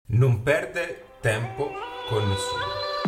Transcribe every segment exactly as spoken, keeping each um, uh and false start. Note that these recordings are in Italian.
Non perde tempo con nessuno.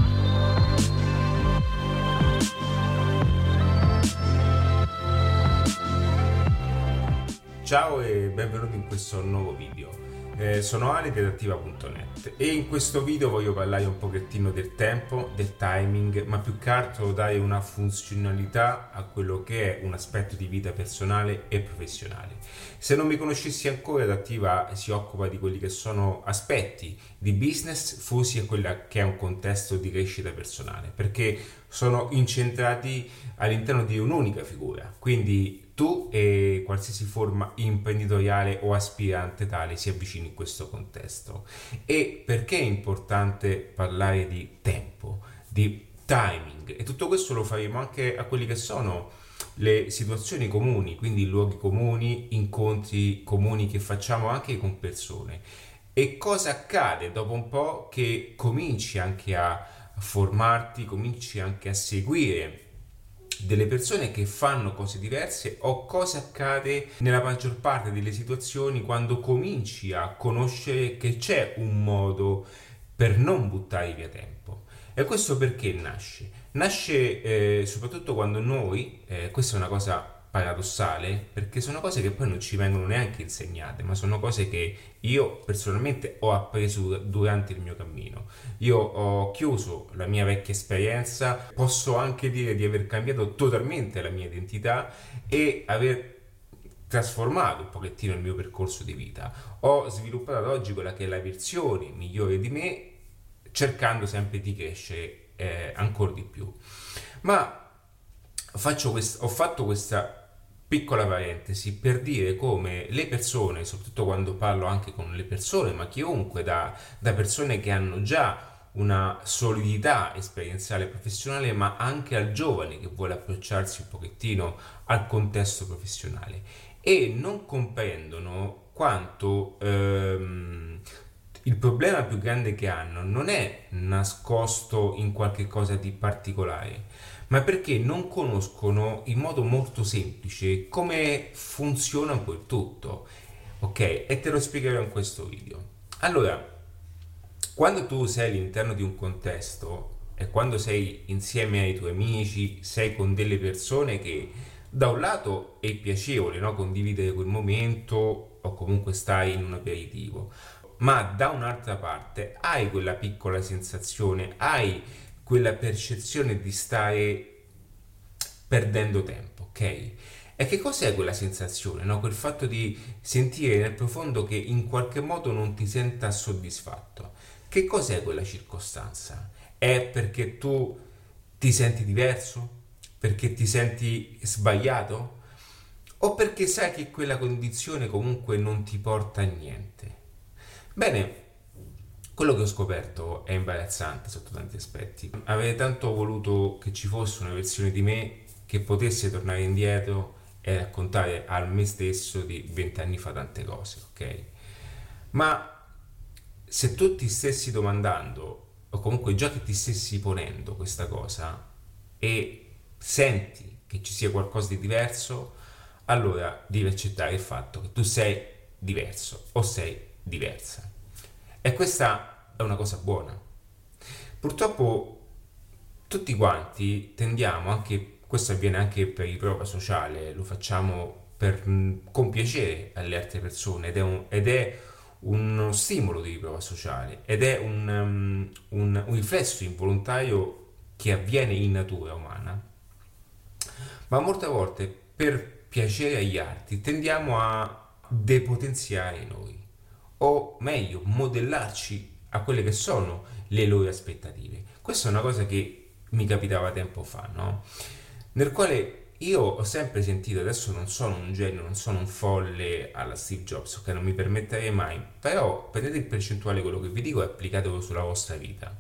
Ciao e benvenuti in questo nuovo video. Eh, sono Ale di adattiva punto net e in questo video voglio parlare un pochettino del tempo, del timing, ma più che altro dare una funzionalità a quello che è un aspetto di vita personale e professionale. Se non mi conoscessi ancora, Adattiva si occupa di quelli che sono aspetti di business fusi a quella che è un contesto di crescita personale, perché sono incentrati all'interno di un'unica figura, quindi tu e qualsiasi forma imprenditoriale o aspirante tale si avvicini in questo contesto. E perché è importante parlare di tempo, di timing? E tutto questo lo faremo anche a quelli che sono le situazioni comuni, quindi luoghi comuni, incontri comuni che facciamo anche con persone. E cosa accade dopo un po' che cominci anche a formarti, cominci anche a seguire delle persone che fanno cose diverse, o cosa accade nella maggior parte delle situazioni quando cominci a conoscere che c'è un modo per non buttare via tempo. E questo perché nasce? Nasce eh, soprattutto quando noi, eh, questa è una cosa paradossale, perché sono cose che poi non ci vengono neanche insegnate, ma sono cose che io personalmente ho appreso durante il mio cammino. Io ho chiuso la mia vecchia esperienza, posso anche dire di aver cambiato totalmente la mia identità e aver trasformato un pochettino il mio percorso di vita. Ho sviluppato ad oggi quella che è la versione migliore di me, cercando sempre di crescere eh, ancora di più. Ma faccio quest- ho fatto questa piccola parentesi per dire come le persone, soprattutto quando parlo anche con le persone, ma chiunque, da, da persone che hanno già una solidità esperienziale e professionale, ma anche al giovane che vuole approcciarsi un pochettino al contesto professionale e non comprendono quanto ehm, il problema più grande che hanno non è nascosto in qualche cosa di particolare, ma perché non conoscono in modo molto semplice come funziona un po' il tutto. Ok? E te lo spiegherò in questo video. Allora, quando tu sei all'interno di un contesto e quando sei insieme ai tuoi amici, sei con delle persone che da un lato è piacevole, no? Condividere quel momento o comunque stai in un aperitivo, ma da un'altra parte hai quella piccola sensazione, hai quella percezione di stare perdendo tempo, ok? E che cos'è quella sensazione, no? Quel fatto di sentire nel profondo che in qualche modo non ti senta soddisfatto. Che cos'è quella circostanza? È perché tu ti senti diverso? Perché ti senti sbagliato? O perché sai che quella condizione comunque non ti porta a niente? Bene, quello che ho scoperto è imbarazzante sotto tanti aspetti. Avrei tanto voluto che ci fosse una versione di me che potesse tornare indietro e raccontare a me stesso di vent'anni fa tante cose, ok? Ma se tu ti stessi domandando, o comunque già che ti stessi ponendo questa cosa e senti che ci sia qualcosa di diverso, allora devi accettare il fatto che tu sei diverso o sei diversa. E questa è una cosa buona. Purtroppo tutti quanti tendiamo, anche questo avviene anche per il prova sociale, lo facciamo per mh, compiacere alle altre persone ed è, un, ed è uno stimolo di riprova sociale ed è un, um, un, un riflesso involontario che avviene in natura umana, ma molte volte per piacere agli altri tendiamo a depotenziare noi, o meglio modellarci a quelle che sono le loro aspettative. Questa è una cosa che mi capitava tempo fa, no? Nel quale io ho sempre sentito, adesso non sono un genio, non sono un folle alla Steve Jobs, ok, non mi permetterei mai, però prendete in percentuale quello che vi dico e applicatelo sulla vostra vita.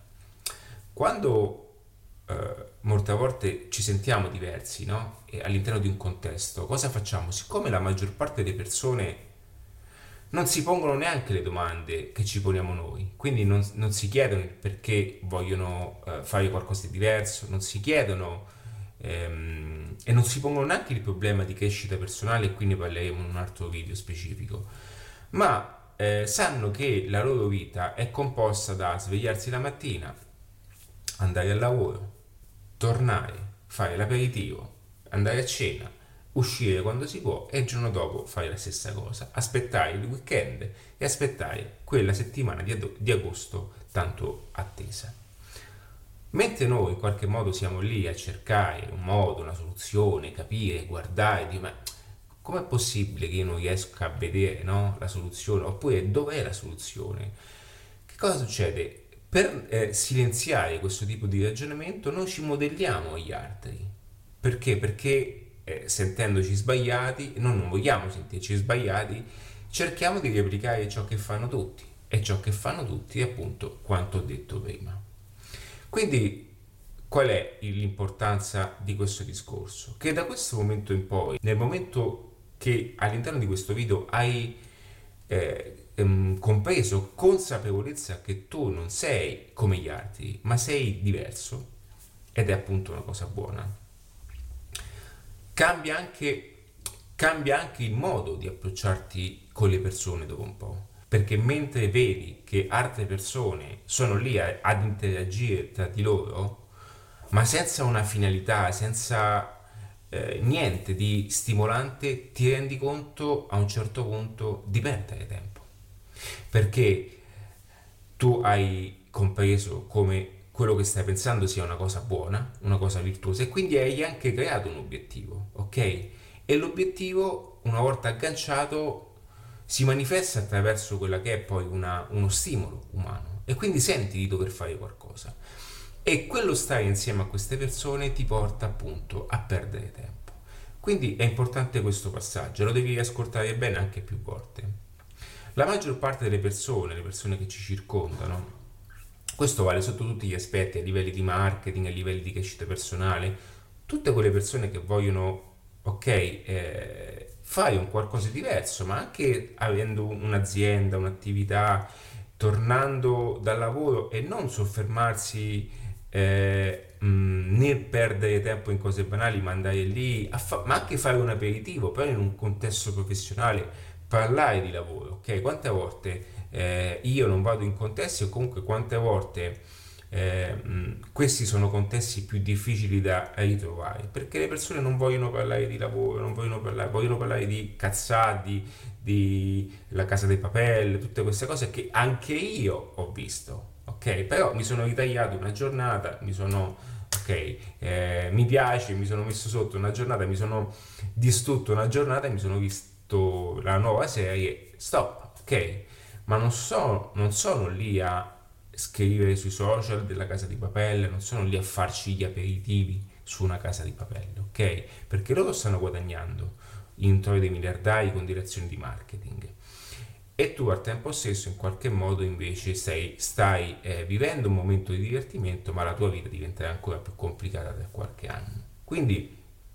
Quando eh, molte volte ci sentiamo diversi, no? E all'interno di un contesto, cosa facciamo? Siccome la maggior parte delle persone non si pongono neanche le domande che ci poniamo noi, quindi non, non si chiedono il perché vogliono eh, fare qualcosa di diverso, non si chiedono ehm, e non si pongono neanche il problema di crescita personale, e qui ne parleremo in un altro video specifico, ma eh, sanno che la loro vita è composta da svegliarsi la mattina, andare al lavoro, tornare, fare l'aperitivo, andare a cena, uscire quando si può e il giorno dopo fare la stessa cosa, aspettare il weekend e aspettare quella settimana di, ad- di agosto tanto attesa. Mentre noi in qualche modo siamo lì a cercare un modo, una soluzione, capire, guardare, dire, ma com'è possibile che io non riesca a vedere, no, la soluzione? Oppure dov'è la soluzione? Che cosa succede? Per eh, silenziare questo tipo di ragionamento noi ci modelliamo agli altri. Perché? Perché eh, sentendoci sbagliati, noi non vogliamo sentirci sbagliati, cerchiamo di replicare ciò che fanno tutti. E ciò che fanno tutti è appunto quanto ho detto prima. Quindi qual è l'importanza di questo discorso? Che da questo momento in poi, nel momento che all'interno di questo video hai eh, ehm, compreso consapevolezza che tu non sei come gli altri, ma sei diverso, ed è appunto una cosa buona, cambia anche, cambia anche il modo di approcciarti con le persone dopo un po'. Perché mentre vedi che altre persone sono lì a- ad interagire tra di loro, ma senza una finalità, senza eh, niente di stimolante, ti rendi conto a un certo punto di perdere tempo. Perché tu hai compreso come quello che stai pensando sia una cosa buona, una cosa virtuosa, e quindi hai anche creato un obiettivo, ok? E l'obiettivo, una volta agganciato, si manifesta attraverso quella che è poi una- uno stimolo umano, e quindi senti di dover fare qualcosa. E quello stare insieme a queste persone ti porta appunto a perdere tempo. Quindi è importante questo passaggio, lo devi ascoltare bene anche più volte. La maggior parte delle persone, le persone che ci circondano, questo vale sotto tutti gli aspetti, a livelli di marketing, a livelli di crescita personale, tutte quelle persone che vogliono, ok, eh, fare un qualcosa di diverso, ma anche avendo un'azienda, un'attività, tornando dal lavoro e non soffermarsi eh, mh, né perdere tempo in cose banali, ma andare lì, a fa- ma anche fare un aperitivo, però in un contesto professionale, parlare di lavoro, ok? Quante volte eh, io non vado in contesti, o comunque quante volte eh, mh, questi sono contesti più difficili da ritrovare, perché le persone non vogliono parlare di lavoro, non vogliono parlare, vogliono parlare di cazzati, di la casa dei papel, tutte queste cose che anche io ho visto, ok? Però mi sono ritagliato una giornata, mi sono, ok, eh, mi piace, mi sono messo sotto una giornata, mi sono distrutto una giornata e mi sono visto la nuova serie, stop, ok? Ma non, so, non sono lì a scrivere sui social della casa di papel, non sono lì a farci gli aperitivi su una casa di papel, ok? Perché loro stanno guadagnando introiti miliardari con direzioni di marketing, e tu al tempo stesso in qualche modo invece sei, stai eh, vivendo un momento di divertimento, ma la tua vita diventerà ancora più complicata tra qualche anno. Quindi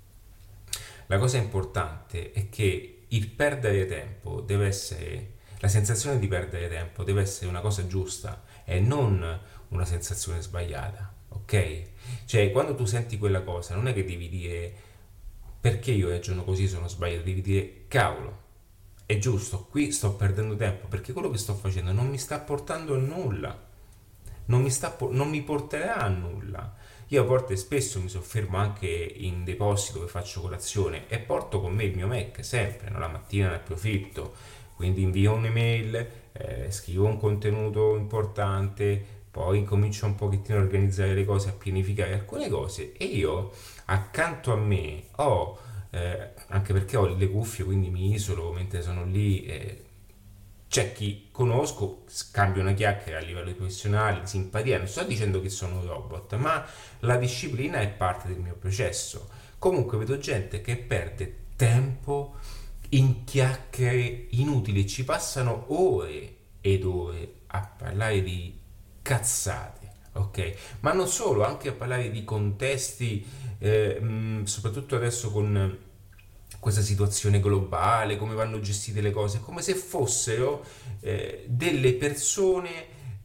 la cosa importante è che il perdere tempo deve essere, la sensazione di perdere tempo deve essere una cosa giusta e non una sensazione sbagliata, ok? Cioè, quando tu senti quella cosa, non è che devi dire perché io ragiono così, sono sbagliato, devi dire cavolo, è giusto, qui sto perdendo tempo perché quello che sto facendo non mi sta portando a nulla, non mi, sta, non mi porterà a nulla. Io a volte spesso mi soffermo anche in dei posti dove faccio colazione e porto con me il mio Mac sempre, no? La mattina ne approfitto, quindi invio un'email, eh, scrivo un contenuto importante, poi comincio un pochettino a organizzare le cose, a pianificare alcune cose, e io accanto a me ho, eh, anche perché ho le cuffie, quindi mi isolo mentre sono lì, eh, c'è chi conosco, scambio una chiacchiera a livello professionale, di simpatia, non sto dicendo che sono un robot, ma la disciplina è parte del mio processo. Comunque vedo gente che perde tempo in chiacchiere inutili, ci passano ore ed ore a parlare di cazzate, ok? Ma non solo, anche a parlare di contesti, eh, mh, soprattutto adesso con questa situazione globale, come vanno gestite le cose, come se fossero eh, delle persone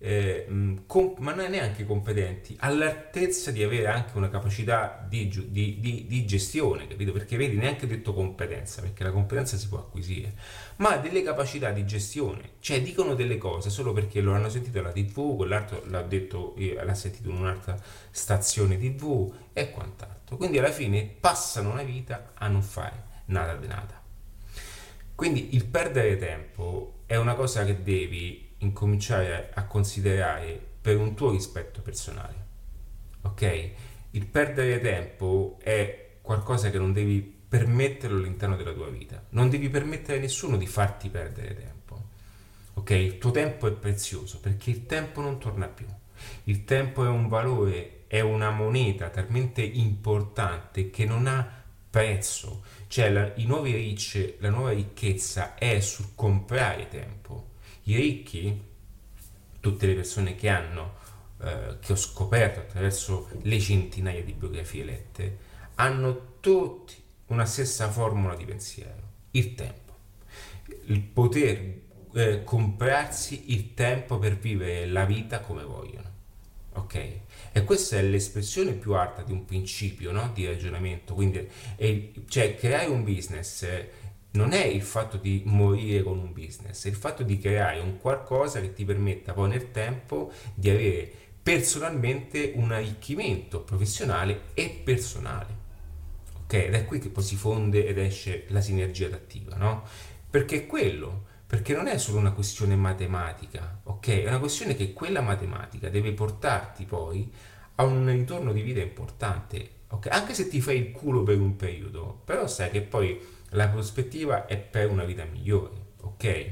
eh, mh, com- ma non è neanche competenti, all'altezza di avere anche una capacità di, giu- di- di- di gestione, capito? Perché vedi, neanche ho detto competenza, perché la competenza si può acquisire, ma delle capacità di gestione, cioè dicono delle cose solo perché lo hanno sentito alla tivù, quell'altro l'ha detto, eh, l'ha sentito in un'altra stazione tivù e quant'altro. Quindi alla fine passano una vita a non fare nada di nada. Quindi il perdere tempo è una cosa che devi incominciare a considerare per un tuo rispetto personale, ok? Il perdere tempo è qualcosa che non devi permetterlo all'interno della tua vita, non devi permettere a nessuno di farti perdere tempo, ok? Il tuo tempo è prezioso perché il tempo non torna più, il tempo è un valore, è una moneta talmente importante che non ha prezzo, cioè la, i nuovi ricci, la nuova ricchezza è sul comprare tempo. I ricchi, tutte le persone che hanno, eh, che ho scoperto attraverso le centinaia di biografie lette, hanno tutti una stessa formula di pensiero: il tempo, il poter eh, comprarsi il tempo per vivere la vita come vogliono. Ok? E questa è l'espressione più alta di un principio, no? Di ragionamento. Quindi, è, cioè, creare un business eh, non è il fatto di morire con un business, è il fatto di creare un qualcosa che ti permetta poi nel tempo di avere personalmente un arricchimento professionale e personale. Ok? Ed è qui che poi si fonde ed esce la sinergia adattiva, no? Perché è quello, perché non è solo una questione matematica, ok? È una questione che quella matematica deve portarti poi a un ritorno di vita importante, ok? Anche se ti fai il culo per un periodo, però sai che poi la prospettiva è per una vita migliore, ok?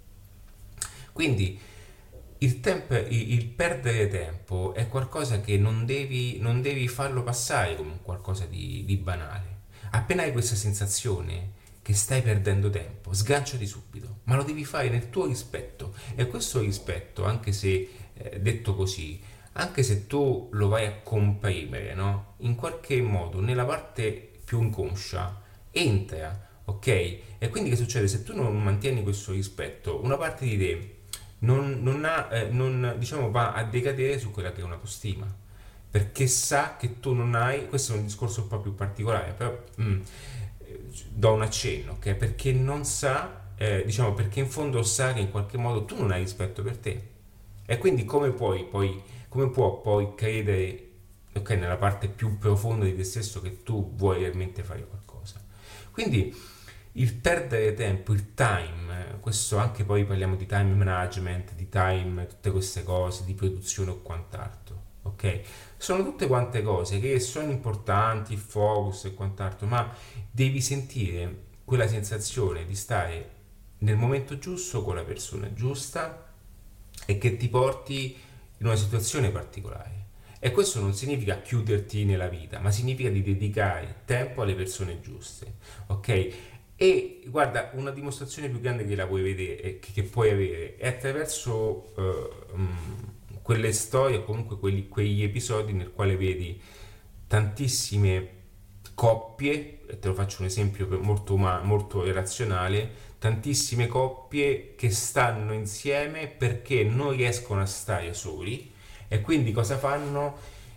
Quindi il, tempo, il, il perdere tempo è qualcosa che non devi, non devi farlo passare come qualcosa di, di banale. Appena hai questa sensazione che stai perdendo tempo, sganciati subito, ma lo devi fare nel tuo rispetto. E questo rispetto, anche se eh, detto così, anche se tu lo vai a comprimere, no? In qualche modo nella parte più inconscia entra, ok? E quindi che succede? Se tu non mantieni questo rispetto, una parte di te non, non ha, eh, non, diciamo, va a decadere su quella che è un'autostima, perché sa che tu non hai, questo è un discorso un po' più particolare, però mm, eh, do un accenno, ok? Perché non sa, eh, diciamo, perché in fondo sa che in qualche modo tu non hai rispetto per te. E quindi come puoi poi, come può poi credere, ok, nella parte più profonda di te stesso che tu vuoi realmente fare qualcosa? Quindi il perdere tempo, il time, eh, questo anche poi parliamo di time management, di time, tutte queste cose, di produzione o quant'altro, ok? Sono tutte quante cose che sono importanti, il focus e quant'altro, ma devi sentire quella sensazione di stare nel momento giusto con la persona giusta e che ti porti in una situazione particolare. E questo non significa chiuderti nella vita, ma significa di dedicare tempo alle persone giuste, ok? E guarda, una dimostrazione più grande che la puoi vedere, che, che puoi avere, è attraverso eh, mh, quelle storie, o comunque quelli, quegli episodi nel quale vedi tantissime coppie, e te lo faccio un esempio per- molto, uma- molto relazionale, tantissime coppie che stanno insieme perché non riescono a stare soli e quindi cosa fanno?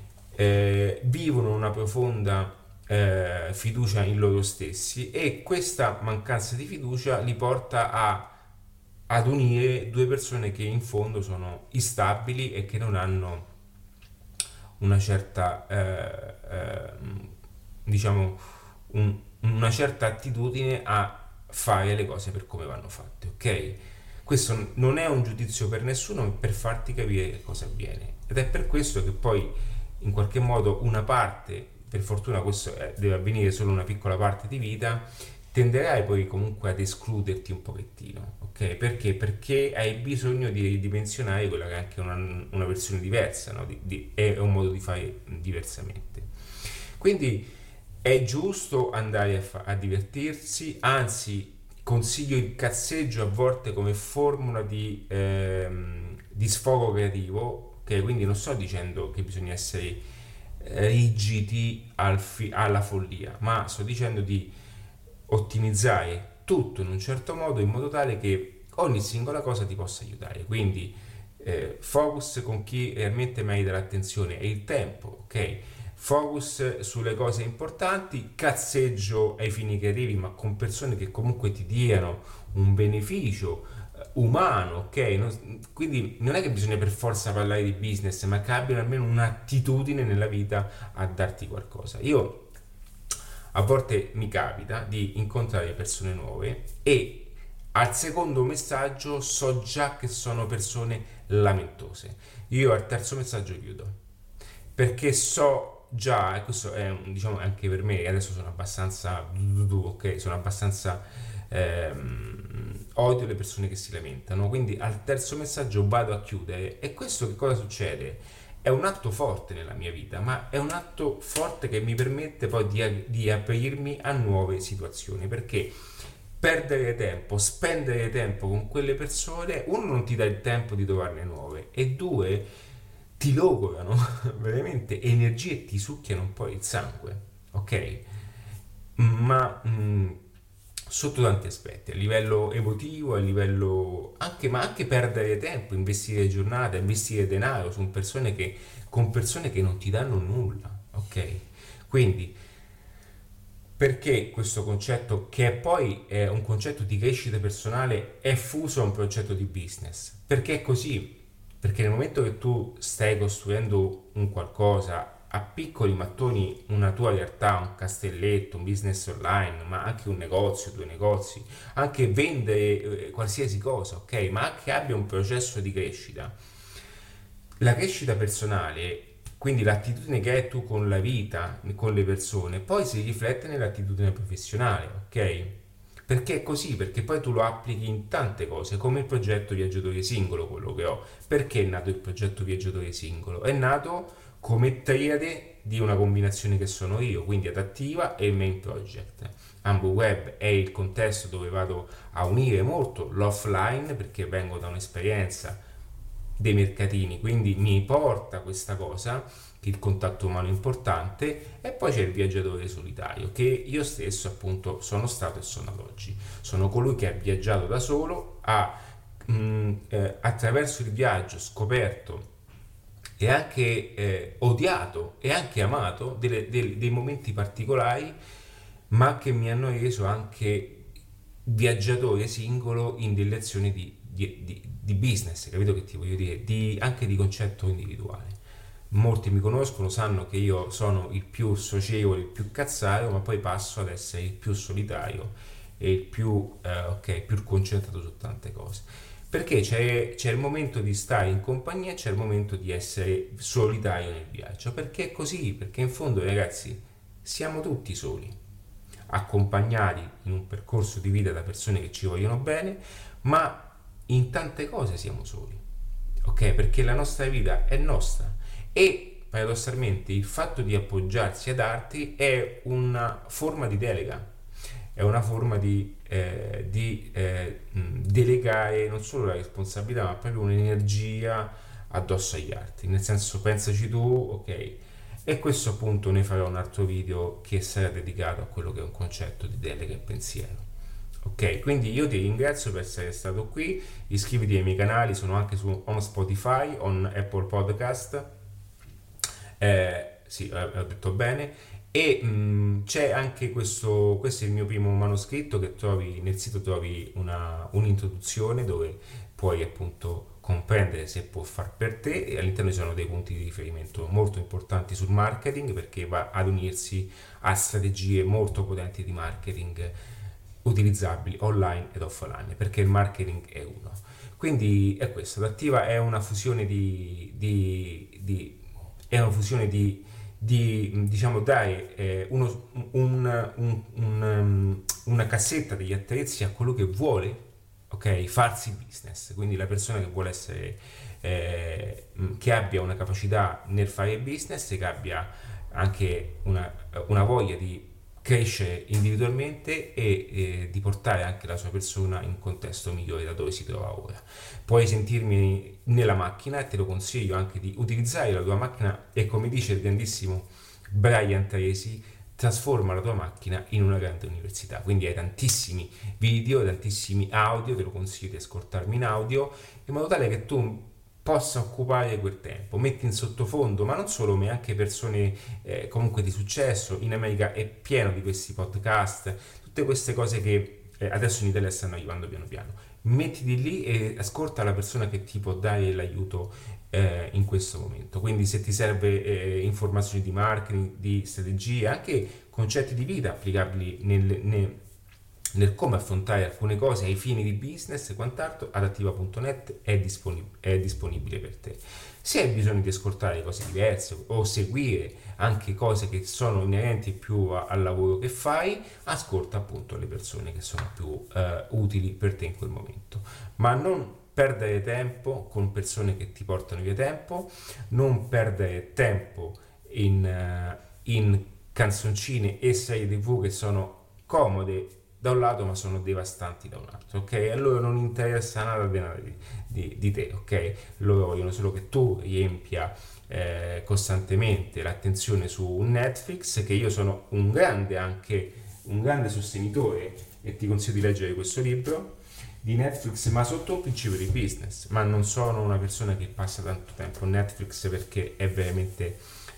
Eh, vivono una profonda eh, fiducia in loro stessi e questa mancanza di fiducia li porta a, ad unire due persone che in fondo sono instabili e che non hanno una certa eh, eh, diciamo un- una certa attitudine a fare le cose per come vanno fatte, ok? Questo non è un giudizio per nessuno, ma per farti capire che cosa avviene. Ed è per questo che poi, in qualche modo, una parte, per fortuna questo è- deve avvenire solo una piccola parte di vita, tenderai poi comunque ad escluderti un pochettino, ok? Perché? Perché hai bisogno di ridimensionare quella che è anche una, una versione diversa, no? Di- di- è un modo di fare diversamente. Quindi è giusto andare a, fa- a divertirsi, anzi consiglio il cazzeggio a volte come formula di, ehm, di sfogo creativo, che quindi non sto dicendo che bisogna essere eh, rigidi al fi- alla follia, ma sto dicendo di ottimizzare tutto in un certo modo in modo tale che ogni singola cosa ti possa aiutare. Quindi Eh, focus con chi realmente merita l'attenzione e il tempo, ok? Focus sulle cose importanti, cazzeggio ai fini che arrivi, ma con persone che comunque ti diano un beneficio eh, umano, ok? Non- quindi non è che bisogna per forza parlare di business, ma che abbiano almeno un'attitudine nella vita a darti qualcosa. Io a volte mi capita di incontrare persone nuove e al secondo messaggio so già che sono persone lamentose. Io al terzo messaggio chiudo perché so già, e questo è un- diciamo anche per me, adesso sono abbastanza, ok, sono abbastanza ehm, odio le persone che si lamentano, quindi al terzo messaggio vado a chiudere e questo che cosa succede? È un atto forte nella mia vita, ma è un atto forte che mi permette poi di, di aprirmi a nuove situazioni, perché perdere tempo, spendere tempo con quelle persone, uno non ti dà il tempo di trovarne nuove e due ti logorano veramente energie e ti succhiano un po' il sangue, ok? Ma mh, sotto tanti aspetti, a livello emotivo, a livello anche, ma anche perdere tempo, investire giornate, investire denaro su persone che, con persone che non ti danno nulla, ok? Quindi perché questo concetto, che poi è un concetto di crescita personale, è fuso a un progetto di business? Perché è così? Perché nel momento che tu stai costruendo un qualcosa a piccoli mattoni, una tua realtà, un castelletto, un business online, ma anche un negozio, due negozi, anche vendere eh, qualsiasi cosa, ok? Ma anche abbia un processo di crescita. La crescita personale, quindi l'attitudine che hai tu con la vita, con le persone, poi si riflette nell'attitudine professionale, ok? Perché è così, perché poi tu lo applichi in tante cose, come il progetto viaggiatore singolo, quello che ho. Perché è nato il progetto viaggiatore singolo? È nato come triade di una combinazione che sono io, quindi adattiva e il main project. AmbuWeb è il contesto dove vado a unire molto l'offline, perché vengo da un'esperienza dei mercatini, quindi mi porta questa cosa, che il contatto umano è importante, e poi c'è il viaggiatore solitario, che io stesso appunto sono stato e sono ad oggi. Sono colui che ha viaggiato da solo, ha mh, eh, attraverso il viaggio scoperto e anche eh, odiato e anche amato delle- dei, dei momenti particolari, ma che mi hanno reso anche viaggiatore singolo in direzione di, di, di, di business, capito che ti voglio dire? Di, anche di concetto individuale. Molti mi conoscono, sanno che io sono il più socievole, il più cazzario, ma poi passo ad essere il più solitario e il più, eh, ok, più concentrato su tante cose. Perché c'è, c'è il momento di stare in compagnia e c'è il momento di essere solitario nel viaggio. Perché è così? Perché in fondo, ragazzi, siamo tutti soli, accompagnati in un percorso di vita da persone che ci vogliono bene, ma in tante cose siamo soli, ok? Perché la nostra vita è nostra e paradossalmente il fatto di appoggiarsi ad altri è una forma di delega, è una forma di, eh, di eh, mh, delegare non solo la responsabilità, ma proprio un'energia addosso agli altri. Nel senso, pensaci tu, ok? E questo appunto ne farò un altro video che sarà dedicato a quello che è un concetto di delega e pensiero. Ok, quindi io ti ringrazio per essere stato qui, iscriviti ai miei canali, sono anche su on Spotify, on Apple Podcast, eh, sì, eh, ho detto bene, e mh, c'è anche questo, questo è il mio primo manoscritto che trovi nel sito, trovi una, un'introduzione dove puoi appunto comprendere se può far per te e all'interno ci sono dei punti di riferimento molto importanti sul marketing perché va ad unirsi a strategie molto potenti di marketing utilizzabili online ed offline perché il marketing è uno. Quindi è questo, l'attiva è una fusione di, di, di è una fusione di, di diciamo dare eh, uno, un, un, un, um, una cassetta degli attrezzi a quello che vuole, ok, farsi business, quindi la persona che vuole essere eh, che abbia una capacità nel fare business, che abbia anche una, una voglia di crescere individualmente e eh, di portare anche la sua persona in un contesto migliore da dove si trova ora. Puoi sentirmi nella macchina e te lo consiglio anche di utilizzare la tua macchina e come dice il grandissimo Brian Tracy, trasforma la tua macchina in una grande università. Quindi hai tantissimi video, tantissimi audio, te lo consiglio di ascoltarmi in audio in modo tale che tu possa occupare quel tempo. Metti in sottofondo, ma non solo me, anche persone eh, comunque di successo. In America è pieno di questi podcast, tutte queste cose che eh, adesso in Italia stanno arrivando piano piano. Mettiti lì e ascolta la persona che ti può dare l'aiuto eh, in questo momento. Quindi se ti serve eh, informazioni di marketing, di strategie, anche concetti di vita applicabili nel, nel nel come affrontare alcune cose ai fini di business e quant'altro, adattiva punto net è, disponib- è disponibile per te. Se hai bisogno di ascoltare cose diverse o seguire anche cose che sono inerenti più a- al lavoro che fai, ascolta appunto le persone che sono più eh, utili per te in quel momento. Ma non perdere tempo con persone che ti portano via tempo, non perdere tempo in, eh, in canzoncine e serie tv che sono comode da un lato ma sono devastanti da un altro, ok? A loro non interessa nada di, nada di, di, di te, ok? Loro vogliono solo che tu riempia eh, costantemente l'attenzione su Netflix, che io sono un grande anche un grande sostenitore e ti consiglio di leggere questo libro di Netflix, ma sotto un principio di business. Ma non sono una persona che passa tanto tempo con Netflix, perché è veramente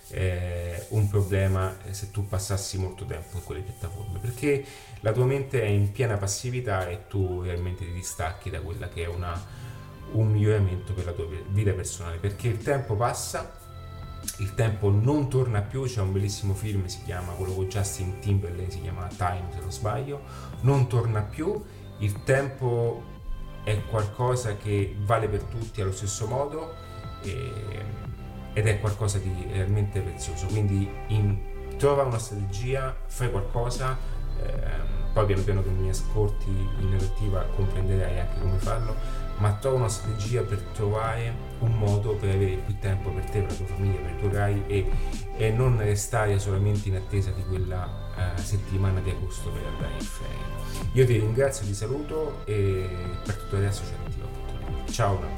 eh, un problema se tu passassi molto tempo in quelle piattaforme, perché la tua mente è in piena passività e tu realmente ti distacchi da quella che è una, un miglioramento per la tua vita personale, perché il tempo passa, il tempo non torna più. C'è un bellissimo film, si chiama, quello con Justin Timberlake, si chiama Time se non sbaglio, non torna più. Il tempo è qualcosa che vale per tutti allo stesso modo e, ed è qualcosa di realmente prezioso, quindi in, trova una strategia, fai qualcosa, ehm, poi piano piano che mi ascolti in narrativa comprenderai anche come farlo, ma trova una strategia per trovare un modo per avere più tempo per te, per la tua famiglia, per i tuoi cari e, e non restare solamente in attesa di quella uh, settimana di agosto per andare in ferie. Io ti ringrazio, ti saluto e per tutto adesso ci attiva. Ciao.